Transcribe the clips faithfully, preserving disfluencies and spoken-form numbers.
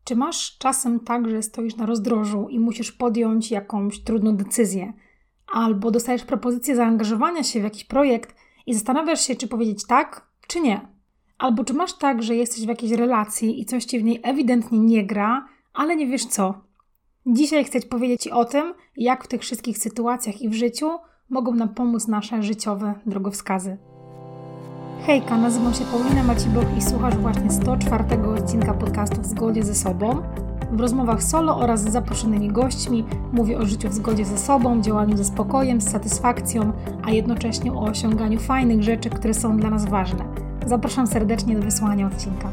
Czy masz czasem tak, że stoisz na rozdrożu i musisz podjąć jakąś trudną decyzję, albo dostajesz propozycję zaangażowania się w jakiś projekt i zastanawiasz się, czy powiedzieć tak, czy nie? Albo czy masz tak, że jesteś w jakiejś relacji i coś ci w niej ewidentnie nie gra, ale nie wiesz co? Dzisiaj chcę ci powiedzieć Ci o tym, jak w tych wszystkich sytuacjach i w życiu mogą nam pomóc nasze życiowe drogowskazy. Hejka, nazywam się Paulina Maciboch i słuchasz właśnie sto czwartego odcinka podcastu W zgodzie ze sobą. W rozmowach solo oraz z zaproszonymi gośćmi mówię o życiu w zgodzie ze sobą, działaniu ze spokojem, z satysfakcją, a jednocześnie o osiąganiu fajnych rzeczy, które są dla nas ważne. Zapraszam serdecznie do wysłuchania odcinka.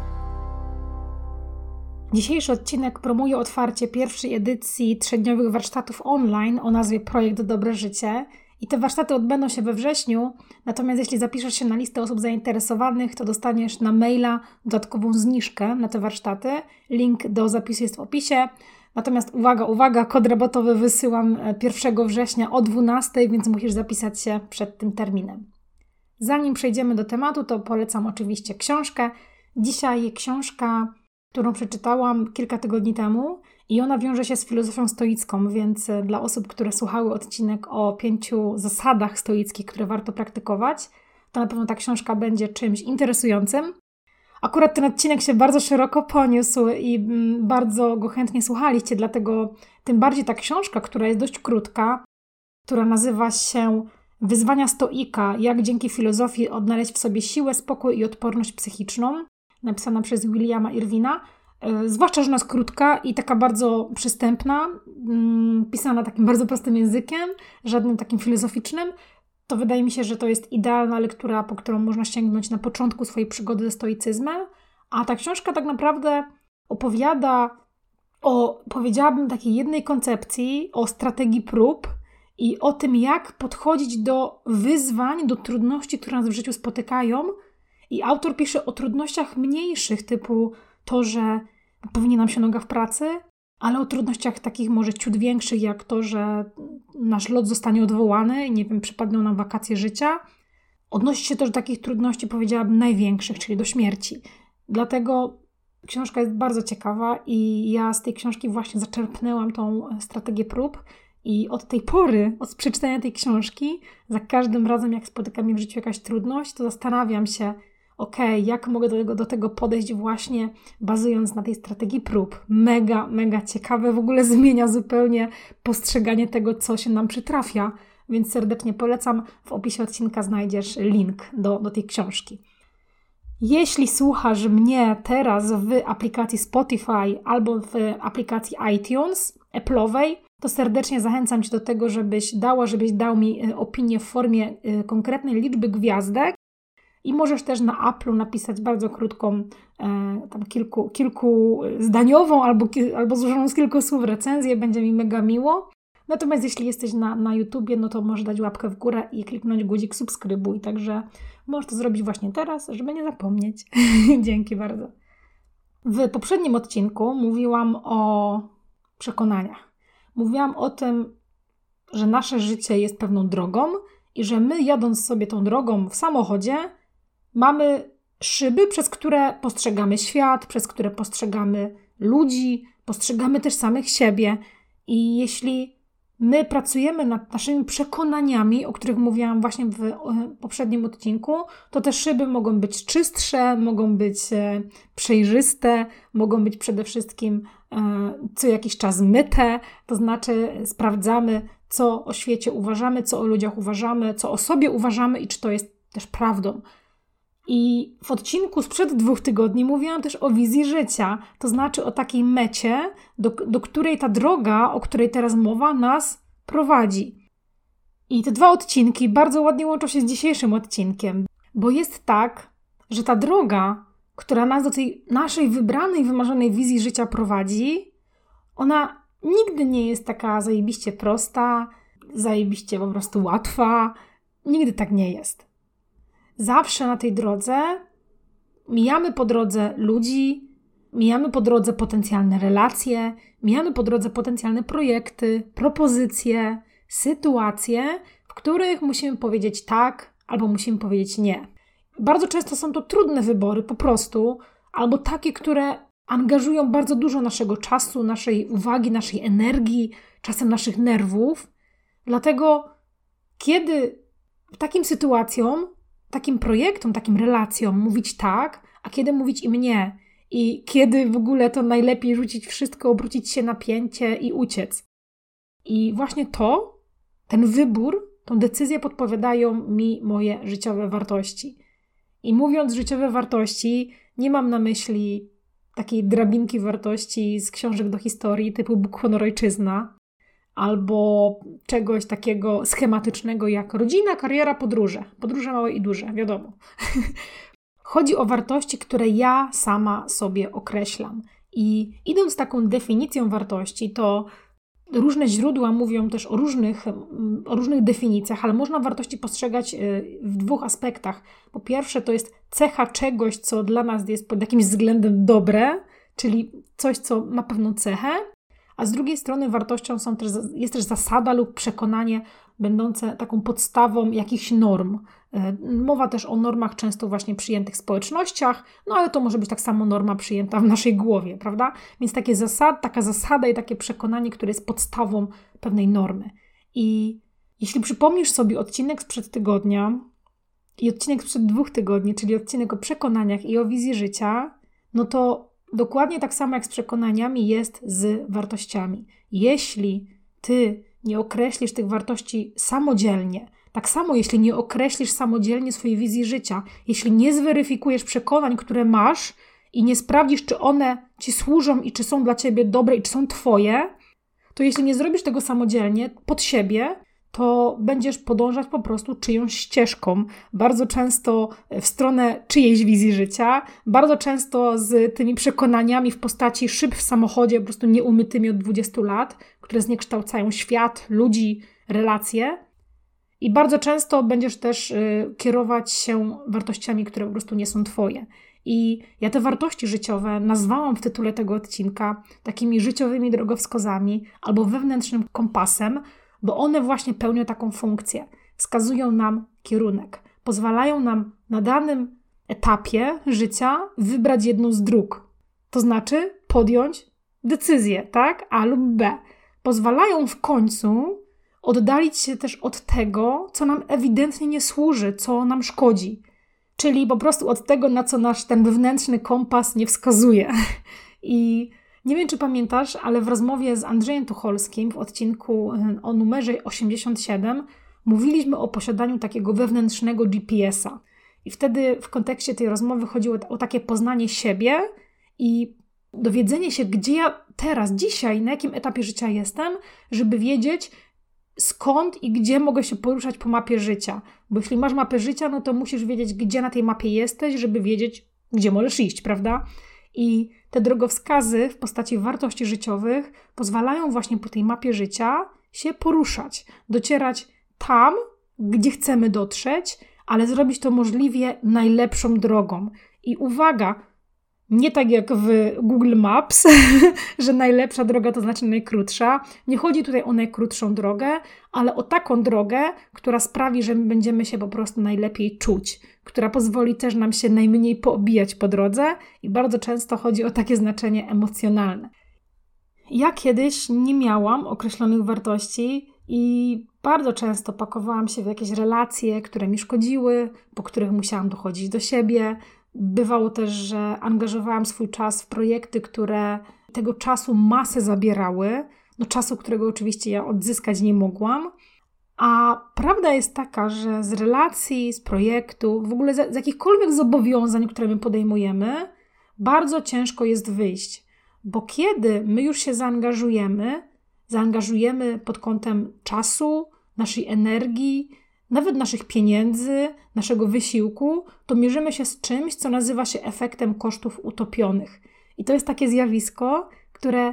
Dzisiejszy odcinek promuje otwarcie pierwszej edycji trzydniowych warsztatów online o nazwie Projekt Dobre Życie. I te warsztaty odbędą się we wrześniu, natomiast jeśli zapiszesz się na listę osób zainteresowanych, to dostaniesz na maila dodatkową zniżkę na te warsztaty. Link do zapisu jest w opisie. Natomiast uwaga, uwaga, kod rabatowy wysyłam pierwszego września o dwunastej, więc musisz zapisać się przed tym terminem. Zanim przejdziemy do tematu, to polecam oczywiście książkę. Dzisiaj książka, którą przeczytałam kilka tygodni temu i ona wiąże się z filozofią stoicką, więc dla osób, które słuchały odcinek o pięciu zasadach stoickich, które warto praktykować, to na pewno ta książka będzie czymś interesującym. Akurat ten odcinek się bardzo szeroko poniósł i bardzo go chętnie słuchaliście, dlatego tym bardziej ta książka, która jest dość krótka, która nazywa się Wyzwania stoika, jak dzięki filozofii odnaleźć w sobie siłę, spokój i odporność psychiczną, napisana przez Williama Irwina. Yy, zwłaszcza, że ona jest krótka i taka bardzo przystępna, yy, pisana takim bardzo prostym językiem, żadnym takim filozoficznym, to wydaje mi się, że to jest idealna lektura, po którą można sięgnąć na początku swojej przygody ze stoicyzmem, a ta książka tak naprawdę opowiada o, powiedziałabym, takiej jednej koncepcji, o strategii prób i o tym, jak podchodzić do wyzwań, do trudności, które nas w życiu spotykają. I autor pisze o trudnościach mniejszych, typu to, że powinna nam się noga w pracy, ale o trudnościach takich może ciut większych, jak to, że nasz lot zostanie odwołany i nie wiem, przypadną nam wakacje życia. Odnosi się też do takich trudności, powiedziałabym, największych, czyli do śmierci. Dlatego książka jest bardzo ciekawa i ja z tej książki właśnie zaczerpnęłam tą strategię prób i od tej pory, od przeczytania tej książki, za każdym razem, jak spotyka mnie w życiu jakaś trudność, to zastanawiam się, okej, okay, jak mogę do tego, do tego podejść właśnie bazując na tej strategii prób. Mega, mega ciekawe, w ogóle zmienia zupełnie postrzeganie tego, co się nam przytrafia, więc serdecznie polecam. W opisie odcinka znajdziesz link do, do tej książki. Jeśli słuchasz mnie teraz w aplikacji Spotify albo w aplikacji iTunes Apple'owej, to serdecznie zachęcam Cię do tego, żebyś dała, żebyś dał mi opinię w formie konkretnej liczby gwiazdek. I możesz też na Apple'u napisać bardzo krótką, e, tam kilku, kilku zdaniową albo, albo złożoną z kilku słów recenzję, będzie mi mega miło. Natomiast jeśli jesteś na, na YouTubie, no to możesz dać łapkę w górę i kliknąć guzik subskrybuj, także możesz to zrobić właśnie teraz, żeby nie zapomnieć. Dzięki bardzo. W poprzednim odcinku mówiłam o przekonaniach. Mówiłam o tym, że nasze życie jest pewną drogą i że my, jadąc sobie tą drogą w samochodzie, mamy szyby, przez które postrzegamy świat, przez które postrzegamy ludzi, postrzegamy też samych siebie. I jeśli my pracujemy nad naszymi przekonaniami, o których mówiłam właśnie w poprzednim odcinku, to te szyby mogą być czystsze, mogą być przejrzyste, mogą być przede wszystkim co jakiś czas myte, to znaczy sprawdzamy, co o świecie uważamy, co o ludziach uważamy, co o sobie uważamy i czy to jest też prawdą. I w odcinku sprzed dwóch tygodni mówiłam też o wizji życia, to znaczy o takiej mecie, do, do której ta droga, o której teraz mowa, nas prowadzi. I te dwa odcinki bardzo ładnie łączą się z dzisiejszym odcinkiem, bo jest tak, że ta droga, która nas do tej naszej wybranej, wymarzonej wizji życia prowadzi, ona nigdy nie jest taka zajebiście prosta, zajebiście po prostu łatwa. Nigdy tak nie jest. Zawsze na tej drodze mijamy po drodze ludzi, mijamy po drodze potencjalne relacje, mijamy po drodze potencjalne projekty, propozycje, sytuacje, w których musimy powiedzieć tak albo musimy powiedzieć nie. Bardzo często są to trudne wybory po prostu, albo takie, które angażują bardzo dużo naszego czasu, naszej uwagi, naszej energii, czasem naszych nerwów. Dlatego kiedy takim sytuacjom, takim projektom, takim relacjom mówić tak, a kiedy mówić im nie i kiedy w ogóle to najlepiej rzucić wszystko, obrócić się na pięcie i uciec. I właśnie to, ten wybór, tą decyzję podpowiadają mi moje życiowe wartości. I mówiąc życiowe wartości, nie mam na myśli takiej drabinki wartości z książek do historii typu Bóg, honor, ojczyzna, albo czegoś takiego schematycznego jak rodzina, kariera, podróże. Podróże małe i duże, wiadomo. Chodzi o wartości, które ja sama sobie określam. I idąc taką definicją wartości, to różne źródła mówią też o różnych, o różnych definicjach, ale można wartości postrzegać w dwóch aspektach. Po pierwsze, to jest cecha czegoś, co dla nas jest pod jakimś względem dobre, czyli coś, co ma pewną cechę, a z drugiej strony wartością są też, jest też zasada lub przekonanie będące taką podstawą jakichś norm. Mowa też o normach często właśnie przyjętych w społecznościach, no ale to może być tak samo norma przyjęta w naszej głowie, prawda? Więc takie zasad, taka zasada i takie przekonanie, które jest podstawą pewnej normy. I jeśli przypomnisz sobie odcinek sprzed tygodnia i odcinek sprzed dwóch tygodni, czyli odcinek o przekonaniach i o wizji życia, no to dokładnie tak samo jak z przekonaniami jest z wartościami. Jeśli ty nie określisz tych wartości samodzielnie, tak samo jeśli nie określisz samodzielnie swojej wizji życia, jeśli nie zweryfikujesz przekonań, które masz i nie sprawdzisz, czy one ci służą i czy są dla ciebie dobre i czy są twoje, to jeśli nie zrobisz tego samodzielnie, pod siebie, to będziesz podążać po prostu czyjąś ścieżką. Bardzo często w stronę czyjejś wizji życia, bardzo często z tymi przekonaniami w postaci szyb w samochodzie, po prostu nieumytymi od dwudziestu lat, które zniekształcają świat, ludzi, relacje. I bardzo często będziesz też y, kierować się wartościami, które po prostu nie są twoje. I ja te wartości życiowe nazwałam w tytule tego odcinka takimi życiowymi drogowskazami albo wewnętrznym kompasem, bo one właśnie pełnią taką funkcję. Wskazują nam kierunek. Pozwalają nam na danym etapie życia wybrać jedną z dróg. To znaczy podjąć decyzję, tak? A lub B. Pozwalają w końcu oddalić się też od tego, co nam ewidentnie nie służy, co nam szkodzi. Czyli po prostu od tego, na co nasz ten wewnętrzny kompas nie wskazuje. I nie wiem, czy pamiętasz, ale w rozmowie z Andrzejem Tucholskim w odcinku o numerze osiemdziesiąt siedem mówiliśmy o posiadaniu takiego wewnętrznego G P S a. I wtedy w kontekście tej rozmowy chodziło o takie poznanie siebie i dowiedzenie się, gdzie ja teraz, dzisiaj, na jakim etapie życia jestem, żeby wiedzieć, skąd i gdzie mogę się poruszać po mapie życia. Bo jeśli masz mapę życia, no to musisz wiedzieć, gdzie na tej mapie jesteś, żeby wiedzieć, gdzie możesz iść, prawda? I te drogowskazy w postaci wartości życiowych pozwalają właśnie po tej mapie życia się poruszać, docierać tam, gdzie chcemy dotrzeć, ale zrobić to możliwie najlepszą drogą. I uwaga, nie tak jak w Google Maps, że najlepsza droga to znaczy najkrótsza. Nie chodzi tutaj o najkrótszą drogę, ale o taką drogę, która sprawi, że my będziemy się po prostu najlepiej czuć, która pozwoli też nam się najmniej poobijać po drodze i bardzo często chodzi o takie znaczenie emocjonalne. Ja kiedyś nie miałam określonych wartości i bardzo często pakowałam się w jakieś relacje, które mi szkodziły, po których musiałam dochodzić do siebie. Bywało też, że angażowałam swój czas w projekty, które tego czasu masę zabierały, no czasu, którego oczywiście ja odzyskać nie mogłam. A prawda jest taka, że z relacji, z projektu, w ogóle z, z jakichkolwiek zobowiązań, które my podejmujemy, bardzo ciężko jest wyjść. Bo kiedy my już się zaangażujemy, zaangażujemy pod kątem czasu, naszej energii, nawet naszych pieniędzy, naszego wysiłku, to mierzymy się z czymś, co nazywa się efektem kosztów utopionych. I to jest takie zjawisko, które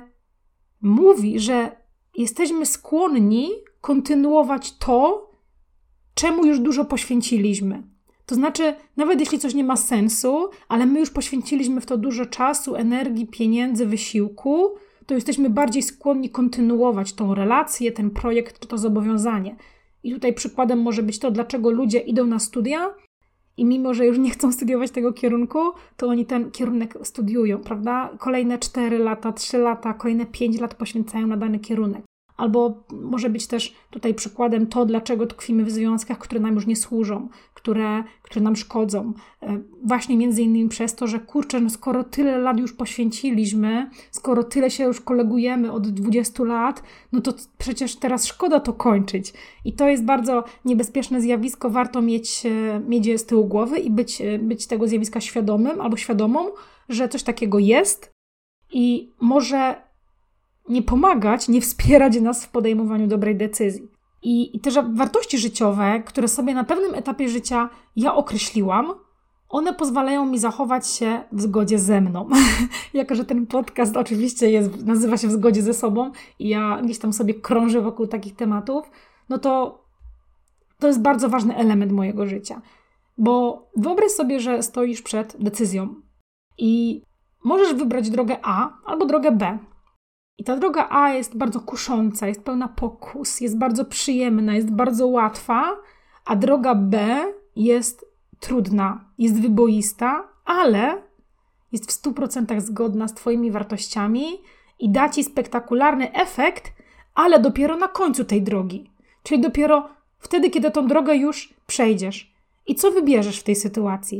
mówi, że jesteśmy skłonni kontynuować to, czemu już dużo poświęciliśmy. To znaczy, nawet jeśli coś nie ma sensu, ale my już poświęciliśmy w to dużo czasu, energii, pieniędzy, wysiłku, to jesteśmy bardziej skłonni kontynuować tą relację, ten projekt czy to zobowiązanie. I tutaj przykładem może być to, dlaczego ludzie idą na studia I mimo, że już nie chcą studiować tego kierunku, to oni ten kierunek studiują, prawda? Kolejne cztery lata, trzy lata, kolejne pięć lat poświęcają na dany kierunek. Albo może być też tutaj przykładem to, dlaczego tkwimy w związkach, które nam już nie służą, które, które nam szkodzą. Właśnie między innymi przez to, że kurczę, no skoro tyle lat już poświęciliśmy, skoro tyle się już kolegujemy od dwudziestu lat, no to przecież teraz szkoda to kończyć. I to jest bardzo niebezpieczne zjawisko, warto mieć, mieć je z tyłu głowy i być, być tego zjawiska świadomym albo świadomą, że coś takiego jest i może nie pomagać, nie wspierać nas w podejmowaniu dobrej decyzji. I, I te wartości życiowe, które sobie na pewnym etapie życia ja określiłam, one pozwalają mi zachować się w zgodzie ze mną. Jako że ten podcast oczywiście jest, nazywa się W zgodzie ze sobą i ja gdzieś tam sobie krążę wokół takich tematów, no to to jest bardzo ważny element mojego życia. Bo wyobraź sobie, że stoisz przed decyzją i możesz wybrać drogę A albo drogę B. I ta droga A jest bardzo kusząca, jest pełna pokus, jest bardzo przyjemna, jest bardzo łatwa, a droga B jest trudna, jest wyboista, ale jest w stu procentach zgodna z Twoimi wartościami i da Ci spektakularny efekt, ale dopiero na końcu tej drogi. Czyli dopiero wtedy, kiedy tą drogę już przejdziesz. I co wybierzesz w tej sytuacji?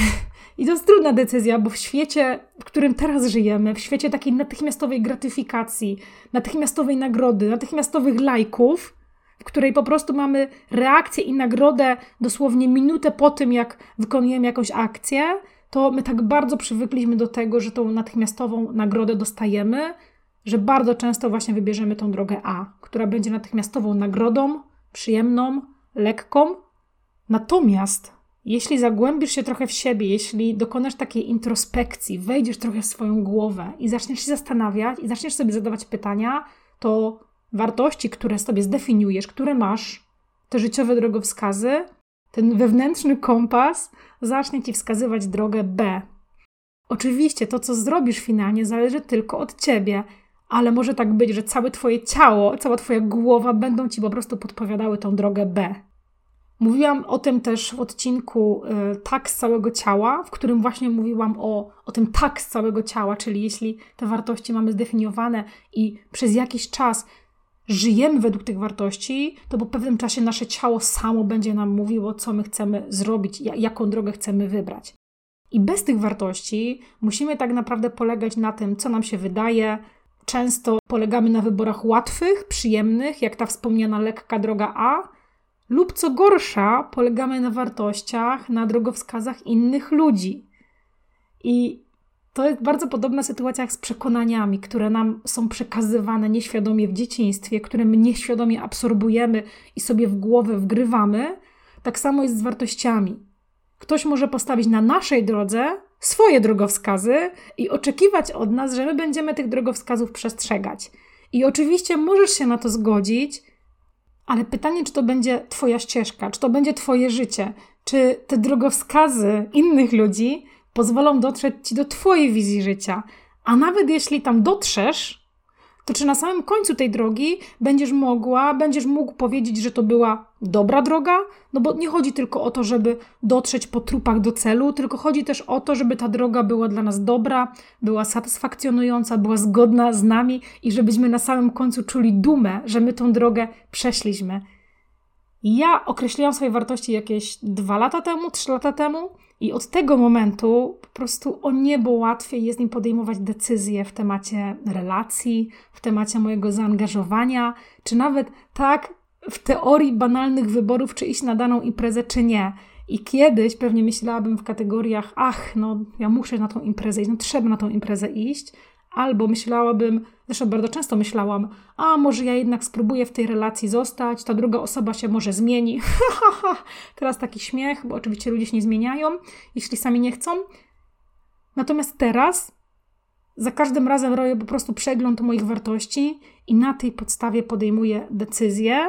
I to jest trudna decyzja, bo w świecie, w którym teraz żyjemy, w świecie takiej natychmiastowej gratyfikacji, natychmiastowej nagrody, natychmiastowych lajków, w której po prostu mamy reakcję i nagrodę dosłownie minutę po tym, jak wykonujemy jakąś akcję, to my tak bardzo przywykliśmy do tego, że tą natychmiastową nagrodę dostajemy, że bardzo często właśnie wybierzemy tą drogę A, która będzie natychmiastową nagrodą, przyjemną, lekką. Natomiast jeśli zagłębisz się trochę w siebie, jeśli dokonasz takiej introspekcji, wejdziesz trochę w swoją głowę i zaczniesz się zastanawiać i zaczniesz sobie zadawać pytania, to wartości, które sobie zdefiniujesz, które masz, te życiowe drogowskazy, ten wewnętrzny kompas zacznie Ci wskazywać drogę B. Oczywiście to, co zrobisz finalnie, zależy tylko od Ciebie, ale może tak być, że całe Twoje ciało, cała Twoja głowa będą Ci po prostu podpowiadały tą drogę B. Mówiłam o tym też w odcinku y, tak z całego ciała, w którym właśnie mówiłam o, o tym tak z całego ciała, czyli jeśli te wartości mamy zdefiniowane i przez jakiś czas żyjemy według tych wartości, to po pewnym czasie nasze ciało samo będzie nam mówiło, co my chcemy zrobić, jaką drogę chcemy wybrać. I bez tych wartości musimy tak naprawdę polegać na tym, co nam się wydaje. Często polegamy na wyborach łatwych, przyjemnych, jak ta wspomniana lekka droga A, lub co gorsza, polegamy na wartościach, na drogowskazach innych ludzi. I to jest bardzo podobna sytuacja jak z przekonaniami, które nam są przekazywane nieświadomie w dzieciństwie, które my nieświadomie absorbujemy i sobie w głowę wgrywamy. Tak samo jest z wartościami. Ktoś może postawić na naszej drodze swoje drogowskazy i oczekiwać od nas, że my będziemy tych drogowskazów przestrzegać. I oczywiście możesz się na to zgodzić, ale pytanie, czy to będzie Twoja ścieżka, czy to będzie Twoje życie, czy te drogowskazy innych ludzi pozwolą dotrzeć Ci do Twojej wizji życia. A nawet jeśli tam dotrzesz, to czy na samym końcu tej drogi będziesz mogła, będziesz mógł powiedzieć, że to była dobra droga? No bo nie chodzi tylko o to, żeby dotrzeć po trupach do celu, tylko chodzi też o to, żeby ta droga była dla nas dobra, była satysfakcjonująca, była zgodna z nami i żebyśmy na samym końcu czuli dumę, że my tą drogę przeszliśmy. Ja określiłam swoje wartości jakieś dwa lata temu, trzy lata temu i od tego momentu po prostu o niebo łatwiej jest mi podejmować decyzje w temacie relacji, w temacie mojego zaangażowania, czy nawet tak w teorii banalnych wyborów, czy iść na daną imprezę, czy nie. I kiedyś pewnie myślałabym w kategoriach, ach, no ja muszę na tą imprezę iść, no trzeba na tą imprezę iść, albo myślałabym, zresztą bardzo często myślałam, a może ja jednak spróbuję w tej relacji zostać, ta druga osoba się może zmieni. Teraz taki śmiech, bo oczywiście ludzie się nie zmieniają, jeśli sami nie chcą. Natomiast teraz za każdym razem robię po prostu przegląd moich wartości i na tej podstawie podejmuję decyzje.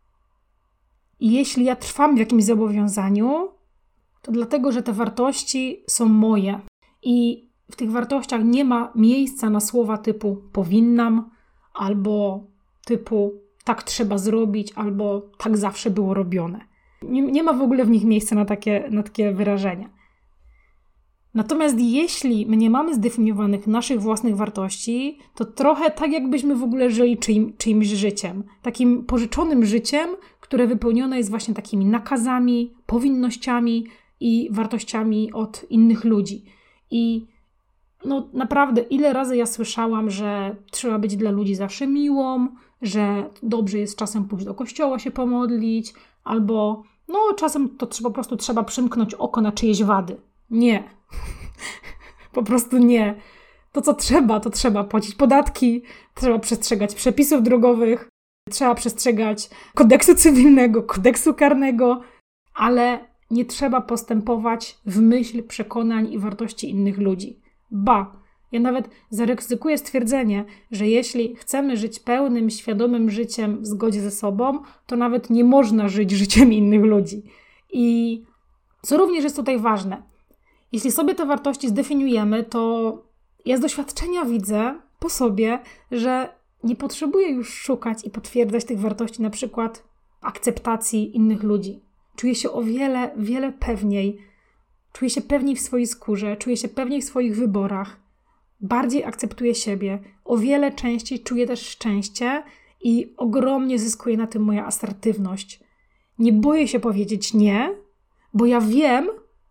I jeśli ja trwam w jakimś zobowiązaniu, to dlatego, że te wartości są moje. I w tych wartościach nie ma miejsca na słowa typu powinnam, albo typu tak trzeba zrobić, albo tak zawsze było robione. Nie, nie ma w ogóle w nich miejsca na takie, na takie wyrażenia. Natomiast jeśli my nie mamy zdefiniowanych naszych własnych wartości, to trochę tak jakbyśmy w ogóle żyli czyim, czyimś życiem. Takim pożyczonym życiem, które wypełnione jest właśnie takimi nakazami, powinnościami i wartościami od innych ludzi. I no naprawdę, ile razy ja słyszałam, że trzeba być dla ludzi zawsze miłą, że dobrze jest czasem pójść do kościoła się pomodlić, albo no czasem to po prostu trzeba przymknąć oko na czyjeś wady. Nie. Po prostu nie. To co trzeba, to trzeba płacić podatki, trzeba przestrzegać przepisów drogowych, trzeba przestrzegać kodeksu cywilnego, kodeksu karnego, ale nie trzeba postępować w myśl przekonań i wartości innych ludzi. Ba, ja nawet zaryzykuję stwierdzenie, że jeśli chcemy żyć pełnym, świadomym życiem w zgodzie ze sobą, to nawet nie można żyć życiem innych ludzi. I co również jest tutaj ważne, jeśli sobie te wartości zdefiniujemy, to ja z doświadczenia widzę po sobie, że nie potrzebuję już szukać i potwierdzać tych wartości na przykład akceptacji innych ludzi. Czuję się o wiele, wiele pewniej. Czuję się pewniej w swojej skórze, czuję się pewniej w swoich wyborach. Bardziej akceptuję siebie. O wiele częściej czuję też szczęście i ogromnie zyskuje na tym moja asertywność. Nie boję się powiedzieć nie, bo ja wiem,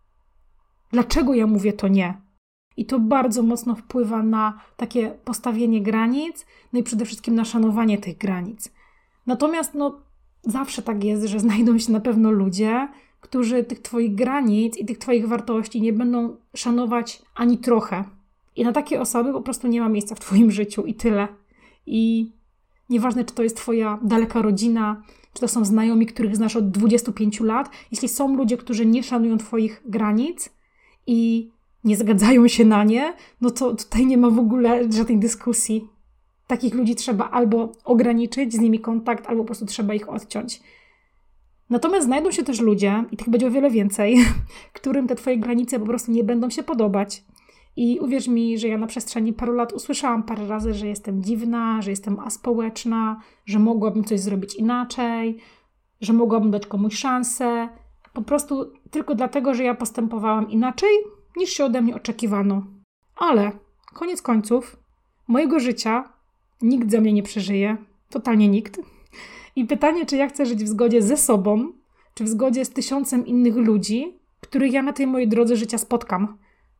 dlaczego ja mówię to nie. I to bardzo mocno wpływa na takie postawienie granic, no i przede wszystkim na szanowanie tych granic. Natomiast no, zawsze tak jest, że znajdą się na pewno ludzie, którzy tych twoich granic i tych twoich wartości nie będą szanować ani trochę. I na takie osoby po prostu nie ma miejsca w twoim życiu i tyle. I nieważne, czy to jest twoja daleka rodzina, czy to są znajomi, których znasz od dwudziestu pięciu lat. Jeśli są ludzie, którzy nie szanują twoich granic i nie zgadzają się na nie, no to tutaj nie ma w ogóle żadnej dyskusji. Takich ludzi trzeba albo ograniczyć, z nimi kontakt, albo po prostu trzeba ich odciąć. Natomiast znajdą się też ludzie, i tych będzie o wiele więcej, którym te twoje granice po prostu nie będą się podobać. I uwierz mi, że ja na przestrzeni paru lat usłyszałam parę razy, że jestem dziwna, że jestem aspołeczna, że mogłabym coś zrobić inaczej, że mogłabym dać komuś szansę. Po prostu tylko dlatego, że ja postępowałam inaczej, niż się ode mnie oczekiwano. Ale koniec końców mojego życia nikt za mnie nie przeżyje. Totalnie nikt. I pytanie, czy ja chcę żyć w zgodzie ze sobą, czy w zgodzie z tysiącem innych ludzi, których ja na tej mojej drodze życia spotkam.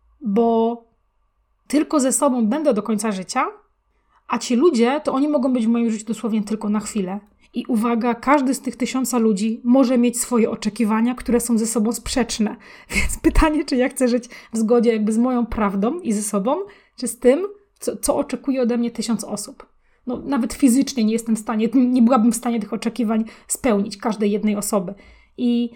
Bo tylko ze sobą będę do końca życia, a ci ludzie, to oni mogą być w moim życiu dosłownie tylko na chwilę. I uwaga, każdy z tych tysiąca ludzi może mieć swoje oczekiwania, które są ze sobą sprzeczne. Więc pytanie, czy ja chcę żyć w zgodzie jakby z moją prawdą i ze sobą, czy z tym, co, co oczekuje ode mnie tysiąc osób. No, nawet fizycznie nie jestem w stanie, nie byłabym w stanie tych oczekiwań spełnić każdej jednej osoby. I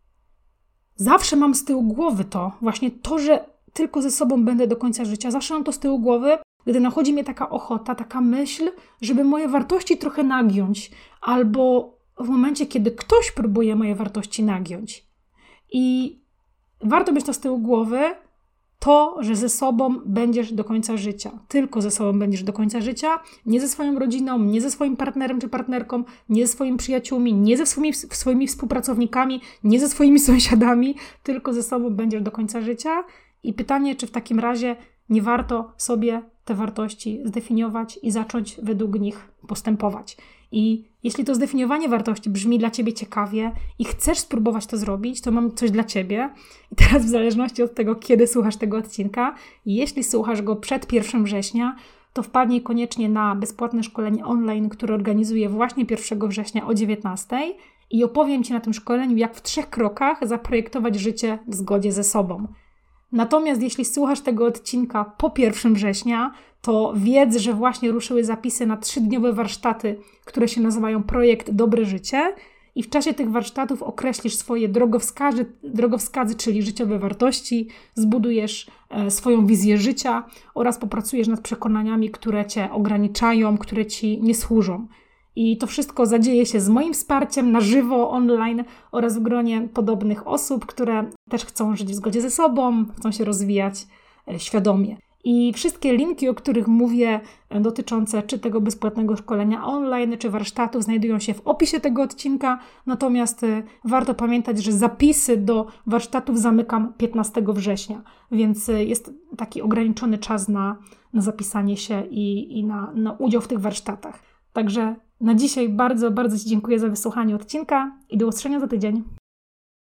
zawsze mam z tyłu głowy to, właśnie to, że tylko ze sobą będę do końca życia. Zawsze mam to z tyłu głowy, gdy nachodzi mnie taka ochota, taka myśl, żeby moje wartości trochę nagiąć, albo w momencie, kiedy ktoś próbuje moje wartości nagiąć. I warto mieć to z tyłu głowy, to, że ze sobą będziesz do końca życia. Tylko ze sobą będziesz do końca życia, nie ze swoją rodziną, nie ze swoim partnerem czy partnerką, nie ze swoimi przyjaciółmi, nie ze swoimi, swoimi współpracownikami, nie ze swoimi sąsiadami, tylko ze sobą będziesz do końca życia. I pytanie, czy w takim razie nie warto sobie te wartości zdefiniować i zacząć według nich postępować. I jeśli to zdefiniowanie wartości brzmi dla ciebie ciekawie i chcesz spróbować to zrobić, to mam coś dla ciebie. I teraz w zależności od tego, kiedy słuchasz tego odcinka, jeśli słuchasz go przed pierwszego września, to wpadnij koniecznie na bezpłatne szkolenie online, które organizuję właśnie pierwszego września o dziewiętnastej i opowiem ci na tym szkoleniu, jak w trzech krokach zaprojektować życie w zgodzie ze sobą. Natomiast jeśli słuchasz tego odcinka po pierwszego września, to wiedz, że właśnie ruszyły zapisy na trzydniowe warsztaty, które się nazywają Projekt Dobre Życie i w czasie tych warsztatów określisz swoje drogowskazy, drogowskazy, czyli życiowe wartości, zbudujesz e, swoją wizję życia oraz popracujesz nad przekonaniami, które cię ograniczają, które ci nie służą. I to wszystko zadzieje się z moim wsparciem na żywo, online oraz w gronie podobnych osób, które też chcą żyć w zgodzie ze sobą, chcą się rozwijać świadomie. I wszystkie linki, o których mówię, dotyczące czy tego bezpłatnego szkolenia online, czy warsztatów, znajdują się w opisie tego odcinka. Natomiast warto pamiętać, że zapisy do warsztatów zamykam piętnastego września, więc jest taki ograniczony czas na, na zapisanie się i, i na, na udział w tych warsztatach. Także na dzisiaj bardzo, bardzo Ci dziękuję za wysłuchanie odcinka i do usłyszenia za tydzień.